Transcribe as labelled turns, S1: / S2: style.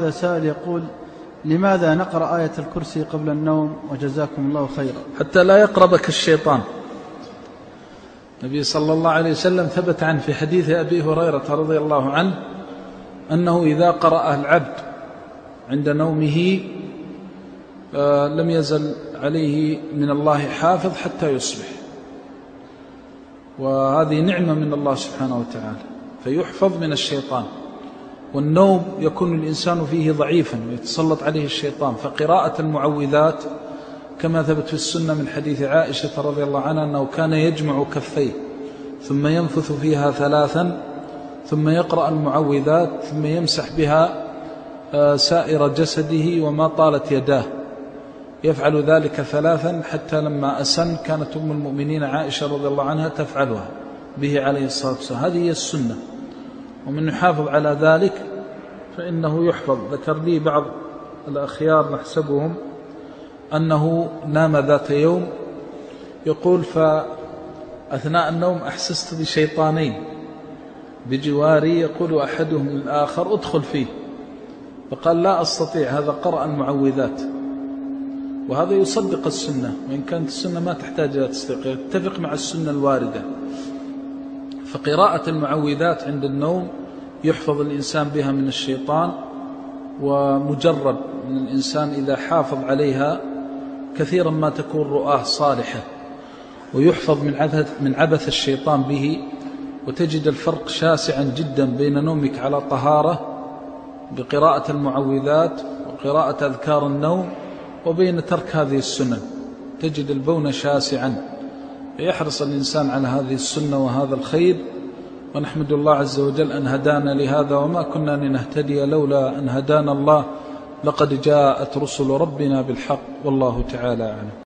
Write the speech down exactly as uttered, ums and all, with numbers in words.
S1: هذا سائل يقول: لماذا نقرأ آية الكرسي قبل النوم؟ وجزاكم الله خيرا.
S2: حتى لا يقربك الشيطان. النبي صلى الله عليه وسلم ثبت عنه في حديث أبي هريرة رضي الله عنه أنه إذا قرأ العبد عند نومه لم يزل عليه من الله حافظ حتى يصبح، وهذه نعمة من الله سبحانه وتعالى، فيحفظ من الشيطان. والنوم يكون الإنسان فيه ضعيفا ويتسلط عليه الشيطان، فقراءة المعوذات كما ثبت في السنة من حديث عائشة رضي الله عنها أنه كان يجمع كفيه ثم ينفث فيها ثلاثا ثم يقرأ المعوذات ثم يمسح بها سائر جسده وما طالت يداه، يفعل ذلك ثلاثا حتى لما أسن كانت أم المؤمنين عائشة رضي الله عنها تفعلها به عليه الصلاة والسلام. هذه هي السنة، ومن يحافظ على ذلك فإنه يحفظ. ذكر لي بعض الأخيار نحسبهم أنه نام ذات يوم، يقول: فأثناء النوم أحسست بشيطانين بجواري يقول أحدهم للآخر: ادخل فيه، فقال: لا أستطيع، هذا قرأ المعوذات. وهذا يصدق السنة، وإن كانت السنة ما تحتاج إلى تصديق، يتفق مع السنة الواردة. فقراءة المعوذات عند النوم يحفظ الإنسان بها من الشيطان، ومجرب من الإنسان إذا حافظ عليها كثيرا ما تكون رؤاه صالحة، ويحفظ من عبث, من عبث الشيطان به. وتجد الفرق شاسعا جدا بين نومك على طهارة بقراءة المعوذات وقراءة أذكار النوم وبين ترك هذه السنن، تجد البون شاسعا. يحرص الإنسان على هذه السنة وهذا الخير، ونحمد الله عز وجل أن هدانا لهذا، وما كنا لنهتدي لولا أن هدانا الله، لقد جاءت رسل ربنا بالحق، والله تعالى أعلم.